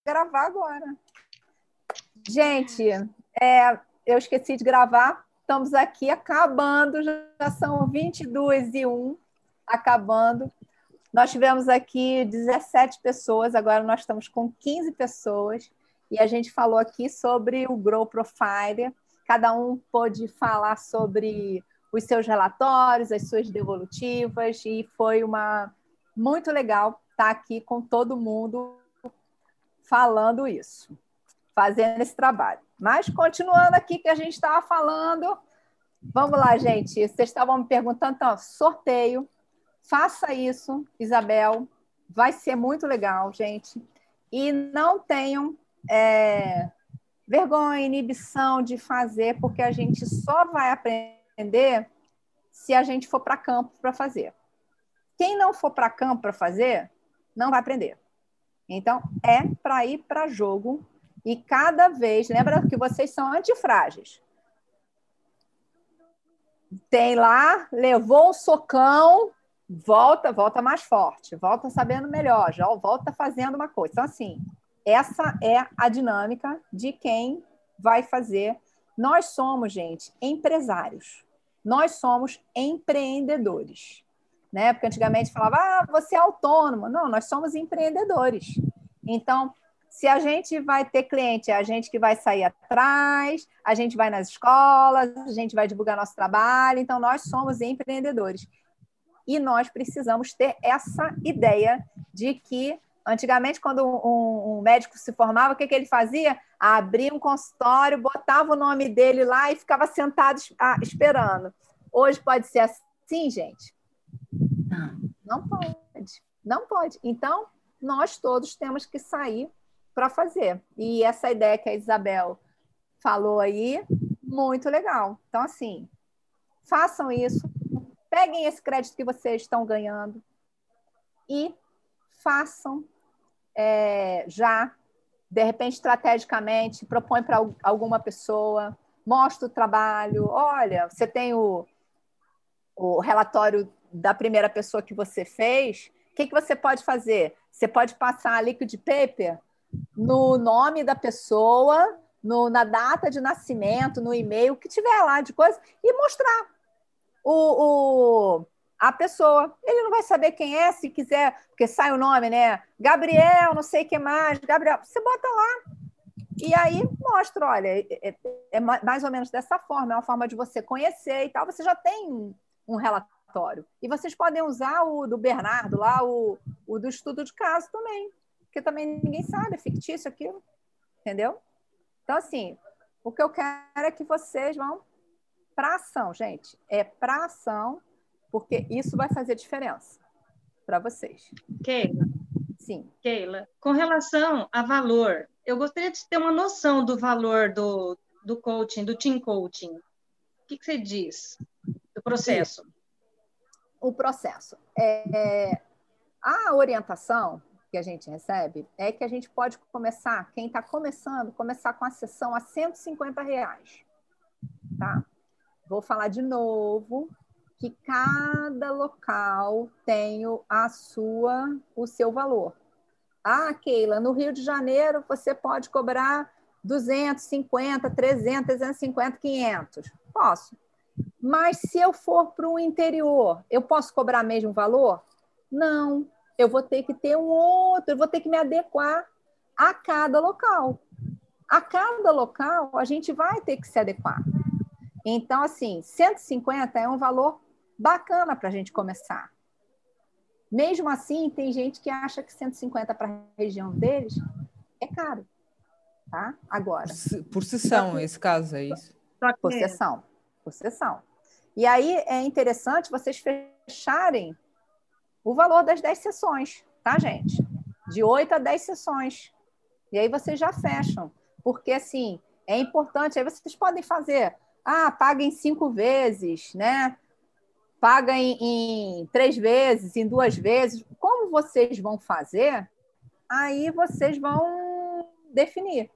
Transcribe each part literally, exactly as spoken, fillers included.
gravar agora. Gente, é, eu esqueci de gravar. Estamos aqui acabando, já são vinte e duas e um, acabando. Nós tivemos aqui dezessete pessoas, agora nós estamos com quinze pessoas, e a gente falou aqui sobre o Grow Profiler. Cada um pôde falar sobre os seus relatórios, as suas devolutivas, e foi uma muito legal estar aqui com todo mundo falando isso, fazendo esse trabalho. Mas, continuando aqui que a gente estava falando, vamos lá, gente, vocês estavam me perguntando, então, sorteio, faça isso, Isabel, vai ser muito legal, gente, e não tenham é, vergonha, inibição de fazer, porque a gente só vai aprender se a gente for para campo para fazer. Quem não for para campo para fazer, não vai aprender. Então, é para ir para jogo. E cada vez, lembra que vocês são antifrágeis. Tem lá, levou um socão, volta, volta mais forte, volta sabendo melhor, já volta fazendo uma coisa. Então, assim, essa é a dinâmica de quem vai fazer. Nós somos, gente, empresários. Nós somos empreendedores. Né? Porque antigamente falava, ah, você é autônomo. Não, nós somos empreendedores. Então, se a gente vai ter cliente, é a gente que vai sair atrás, a gente vai nas escolas, a gente vai divulgar nosso trabalho, então nós somos empreendedores. E nós precisamos ter essa ideia de que, antigamente, quando um, um médico se formava, o que, que ele fazia? Abria um consultório, botava o nome dele lá e ficava sentado esperando. Hoje pode ser assim, gente? Não pode, não pode. Então, nós todos temos que sair para fazer. E essa ideia que a Isabel falou aí, muito legal. Então, assim, façam isso, peguem esse crédito que vocês estão ganhando e façam é, já, de repente, estrategicamente, propõe para alguma pessoa, mostra o trabalho, olha, você tem o, o relatório da primeira pessoa que você fez, o que, que você pode fazer? Você pode passar a liquid paper no nome da pessoa, no, na data de nascimento, no e-mail, que tiver lá de coisa, e mostrar o, o, a pessoa. Ele não vai saber quem é, se quiser, porque sai o nome, né? Gabriel, não sei o que mais, Gabriel. Você bota lá e aí mostra, olha, é, é mais ou menos dessa forma, é uma forma de você conhecer e tal, você já tem um relatório. E vocês podem usar o do Bernardo lá, o, o do estudo de caso também, porque também ninguém sabe, é fictício aquilo, entendeu? Então, assim, o que eu quero é que vocês vão para ação, gente. É para ação, porque isso vai fazer diferença para vocês. Keila. Sim. Keila, com relação a valor, eu gostaria de ter uma noção do valor do, do coaching, do team coaching. O que, que você diz do processo? O processo. É, a orientação que a gente recebe é que a gente pode começar, quem está começando, começar com a sessão a cento e cinquenta reais. Tá? Vou falar de novo que cada local tem a sua, o seu valor. Ah, Keila, no Rio de Janeiro você pode cobrar duzentos e cinquenta, trezentos, trezentos e cinquenta, quinhentos. Posso. Mas se eu for para o interior, eu posso cobrar mesmo valor? Não. Eu vou ter que ter um outro, eu vou ter que me adequar a cada local. A cada local, a gente vai ter que se adequar. Então, assim, cento e cinquenta é um valor bacana para a gente começar. Mesmo assim, tem gente que acha que cento e cinquenta para a região deles é caro. Tá? Agora. Por, por sessão, que, esse caso, é isso? Por sessão. Por sessão. E aí é interessante vocês fecharem o valor das dez sessões, tá, gente? De oito a dez sessões. E aí vocês já fecham. Porque, assim, é importante. Aí vocês podem fazer, ah, paga em cinco vezes, né? Paga em, em três vezes, em duas vezes. Como vocês vão fazer, aí vocês vão definir,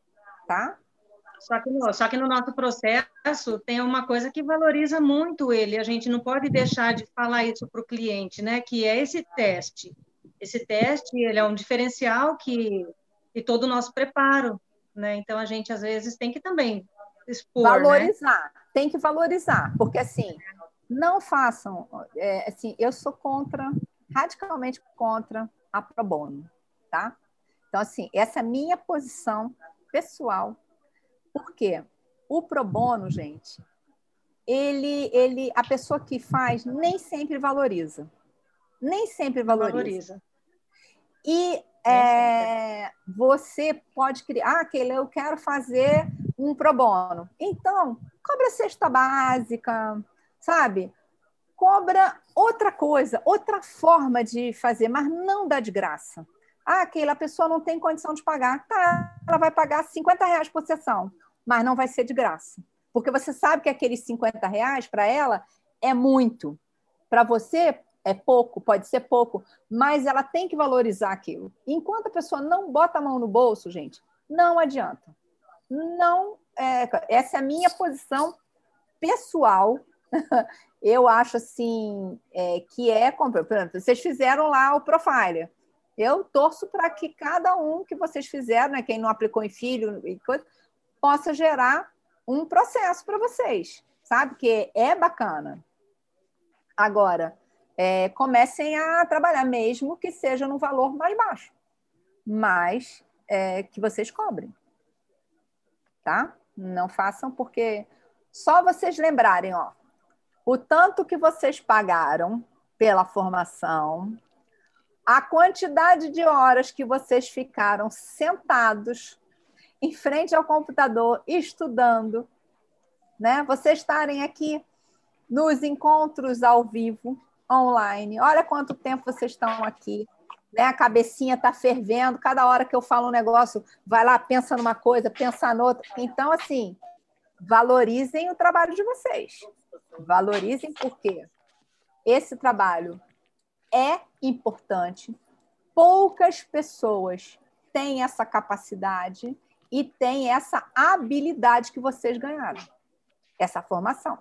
tá? Só que, no, só que no nosso processo tem uma coisa que valoriza muito ele, a gente não pode deixar de falar isso para o cliente, né? Que é esse teste. Esse teste ele é um diferencial que e todo o nosso preparo, né? Então, a gente, às vezes, tem que também expor, valorizar, né? Tem que valorizar, porque, assim, não façam... É, assim, eu sou contra, radicalmente contra a pro bono, tá? Então, assim, essa é a minha posição pessoal. Por quê? O pro bono, gente, ele, ele, a pessoa que faz nem sempre valoriza. Nem sempre Não valoriza. valoriza. E Nem sempre. é, você pode criar, ah, Keila, eu quero fazer um pro bono. Então, cobra cesta básica, sabe? Cobra outra coisa, outra forma de fazer, mas não dá de graça. Ah, Keila, a pessoa não tem condição de pagar. Tá, ela vai pagar cinquenta reais por sessão, mas não vai ser de graça. Porque você sabe que aqueles cinquenta reais para ela é muito. Para você é pouco, pode ser pouco, mas ela tem que valorizar aquilo. Enquanto a pessoa não bota a mão no bolso, gente, não adianta. Não, é, essa é a minha posição pessoal. Eu acho assim é, que é, por exemplo, vocês fizeram lá o Profiler. Eu torço para que cada um que vocês fizeram, né, quem não aplicou em filho, possa gerar um processo para vocês, sabe? Que é bacana. Agora, é, comecem a trabalhar, mesmo que seja num valor mais baixo, mas é, que vocês cobrem, tá? Não façam porque só vocês lembrarem, ó, o tanto que vocês pagaram pela formação, a quantidade de horas que vocês ficaram sentados em frente ao computador estudando, né? Vocês estarem aqui nos encontros ao vivo, online. Olha quanto tempo vocês estão aqui. Né? A cabecinha está fervendo. Cada hora que eu falo um negócio, vai lá, pensa numa coisa, pensa noutra. Então, assim, valorizem o trabalho de vocês. Valorizem porque esse trabalho é importante. Poucas pessoas têm essa capacidade e têm essa habilidade que vocês ganharam. Essa formação.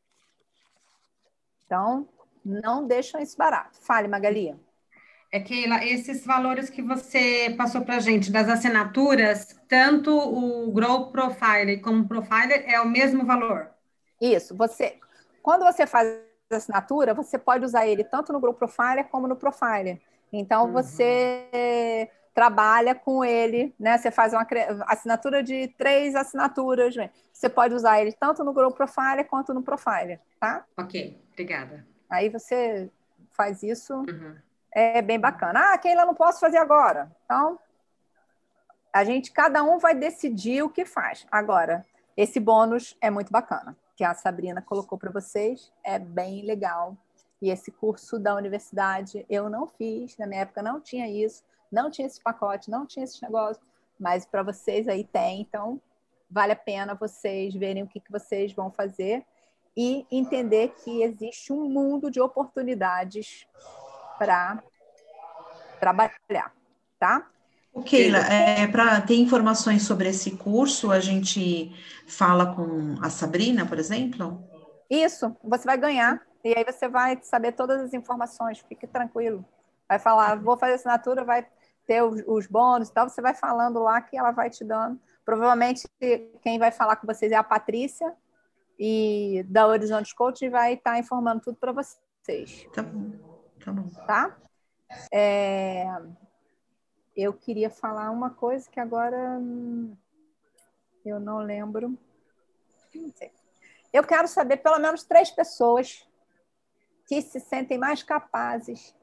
Então, não deixam isso barato. Fale, Magali. É, Keila, esses valores que você passou para a gente das assinaturas, tanto o Grow Profiler como o Profiler é o mesmo valor? Isso. Você, quando você faz a assinatura, você pode usar ele tanto no Grow Profiler como no Profiler. Então, uhum. Você trabalha com ele, né? Você faz uma assinatura de três assinaturas. Né? Você pode usar ele tanto no Grow Profiler quanto no Profiler, tá? Ok, obrigada. Aí você faz isso, uhum. É bem bacana. Ah, Keila, não posso fazer agora. Então, a gente, cada um vai decidir o que faz. Agora, esse bônus é muito bacana, que a Sabrina colocou para vocês, é bem legal. E esse curso da universidade eu não fiz, na minha época não tinha isso, não tinha esse pacote, não tinha esse negócio, mas para vocês aí tem, então vale a pena vocês verem o que, que vocês vão fazer e entender que existe um mundo de oportunidades para trabalhar, tá? Keila, é, para ter informações sobre esse curso, a gente fala com a Sabrina, por exemplo? Isso, você vai ganhar, e aí você vai saber todas as informações, fique tranquilo. Vai falar, vou fazer assinatura, vai ter os, os bônus e tal, você vai falando lá que ela vai te dando. Provavelmente quem vai falar com vocês é a Patrícia, e da Horizonte Coaching vai estar informando tudo para vocês. Tá bom, tá bom. Tá? É... Eu queria falar uma coisa que agora eu não lembro. Não sei. Eu quero saber pelo menos três pessoas que se sentem mais capazes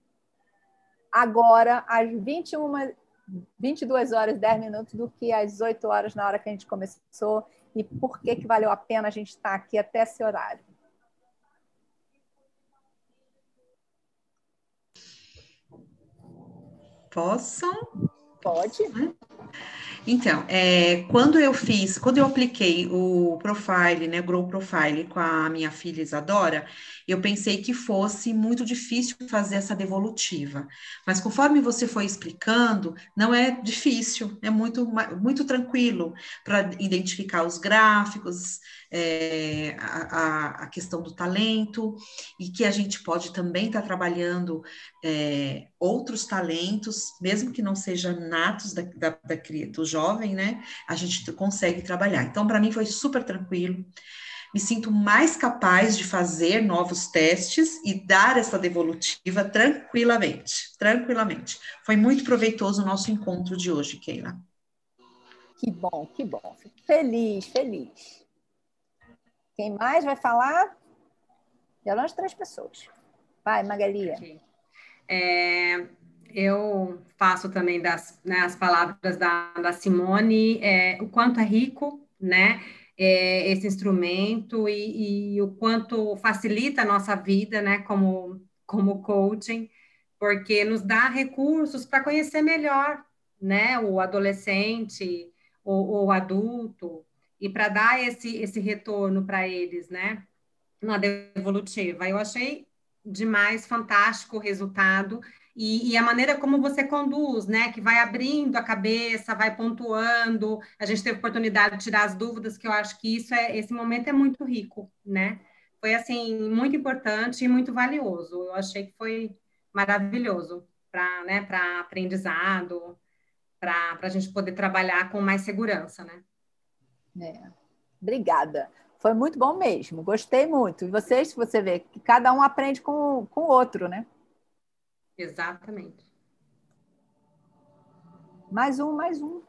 agora, às vinte e uma, vinte e duas horas e dez minutos, do que às dezoito horas na hora que a gente começou, e por que, que valeu a pena a gente estar aqui até esse horário. Posso? Pode. Então, é, quando eu fiz, quando eu apliquei o Profile, né, o Grow Profile com a minha filha Isadora, eu pensei que fosse muito difícil fazer essa devolutiva. Mas conforme você foi explicando, não é difícil, é muito, muito tranquilo para identificar os gráficos, é, a, a questão do talento, e que a gente pode também estar trabalhando é, outros talentos, mesmo que não sejam natos da, da, da, do jovem, né? A gente consegue trabalhar. Então, para mim, foi super tranquilo. Me sinto mais capaz de fazer novos testes e dar essa devolutiva tranquilamente, tranquilamente. Foi muito proveitoso o nosso encontro de hoje, Keila. Que bom, que bom. Fico feliz, feliz. Quem mais vai falar? Já as três pessoas. Vai, Magali. Okay. É, eu faço também das, né, as palavras da, da Simone, é, o quanto é rico, né? É, esse instrumento e, e o quanto facilita a nossa vida, né, como, como coaching, porque nos dá recursos para conhecer melhor, né, o adolescente, o, o adulto, e para dar esse, esse retorno para eles, né, na devolutiva. Eu achei demais, fantástico o resultado. E, e, a maneira como você conduz, né? Que vai abrindo a cabeça, vai pontuando. A gente teve oportunidade de tirar as dúvidas, que eu acho que isso é, esse momento é muito rico, né? Foi, assim, muito importante e muito valioso. Eu achei que foi maravilhoso para, né, para aprendizado, para a gente poder trabalhar com mais segurança, né? É. Obrigada. Foi muito bom mesmo, gostei muito. E vocês, você vê que cada um aprende com, com o outro, né? Exatamente. Mais um, mais um.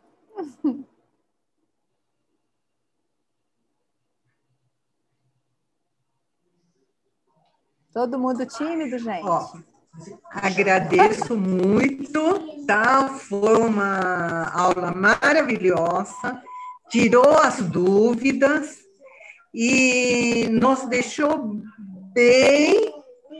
Todo mundo tímido, gente? Ó, agradeço muito, tá? Foi uma aula maravilhosa, tirou as dúvidas e nos deixou bem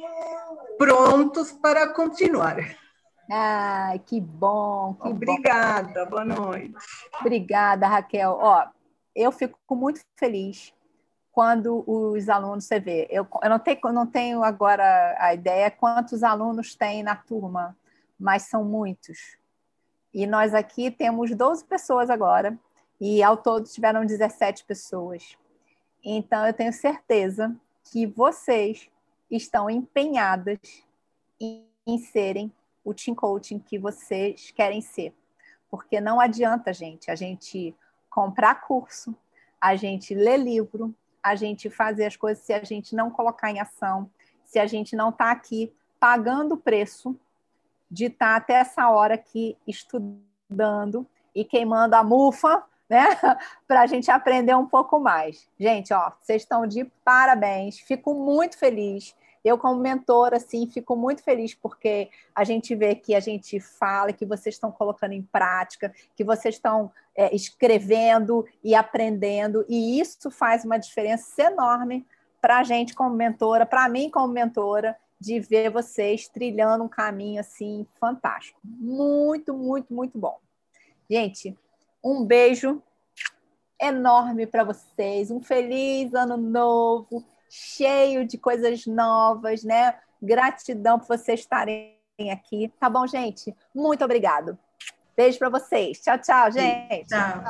prontos para continuar. Ai, que bom, que Obrigada, bom. Boa noite. Obrigada, Raquel. Ó, eu fico muito feliz quando os alunos, você vê, eu, eu não, tenho, não tenho agora a ideia quantos alunos tem na turma, mas são muitos. E nós aqui temos doze pessoas agora, e ao todo tiveram dezessete pessoas. Então, eu tenho certeza que vocês estão empenhadas em, em serem o team coaching que vocês querem ser. Porque não adianta, gente, a gente comprar curso, a gente ler livro, a gente fazer as coisas se a gente não colocar em ação, se a gente não está aqui pagando o preço de estar até essa hora aqui estudando e queimando a mufa, né? Para a gente aprender um pouco mais. Gente, ó, vocês estão de parabéns, fico muito feliz. Eu, como mentora, assim, fico muito feliz porque a gente vê que a gente fala, que vocês estão colocando em prática, que vocês estão é, escrevendo e aprendendo, e isso faz uma diferença enorme para a gente como mentora, para mim como mentora, de ver vocês trilhando um caminho assim fantástico. Muito, muito, muito bom. Gente, um beijo enorme para vocês, um feliz ano novo, cheio de coisas novas, né? Gratidão por vocês estarem aqui. Tá bom, gente? Muito obrigado. Beijo para vocês. Tchau, tchau, gente. Tchau.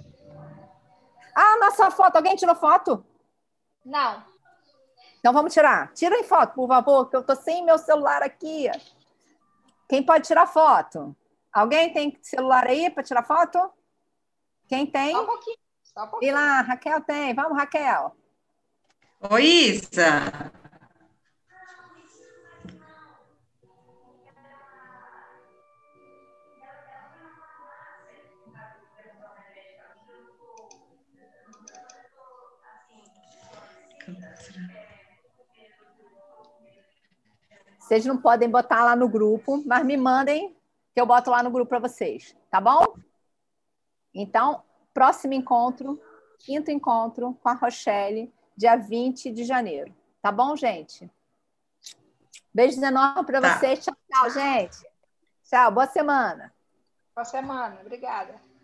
Ah, nossa foto. Alguém tirou foto? Não. Então vamos tirar. Tirem foto, por favor, que eu tô sem meu celular aqui. Quem pode tirar foto? Alguém tem celular aí para tirar foto? Quem tem? Só um pouquinho. Só um pouquinho. E lá, Raquel tem. Vamos, Raquel. Oi, Isa. Vocês não podem botar lá no grupo, mas me mandem que eu boto lá no grupo para vocês, tá bom? Então, próximo encontro, quinto encontro com a Rochelle, dia vinte de janeiro. Tá bom, gente? Beijos enormes para Tá. vocês. Tchau, tchau, gente. Tchau, boa semana. Boa semana. Obrigada.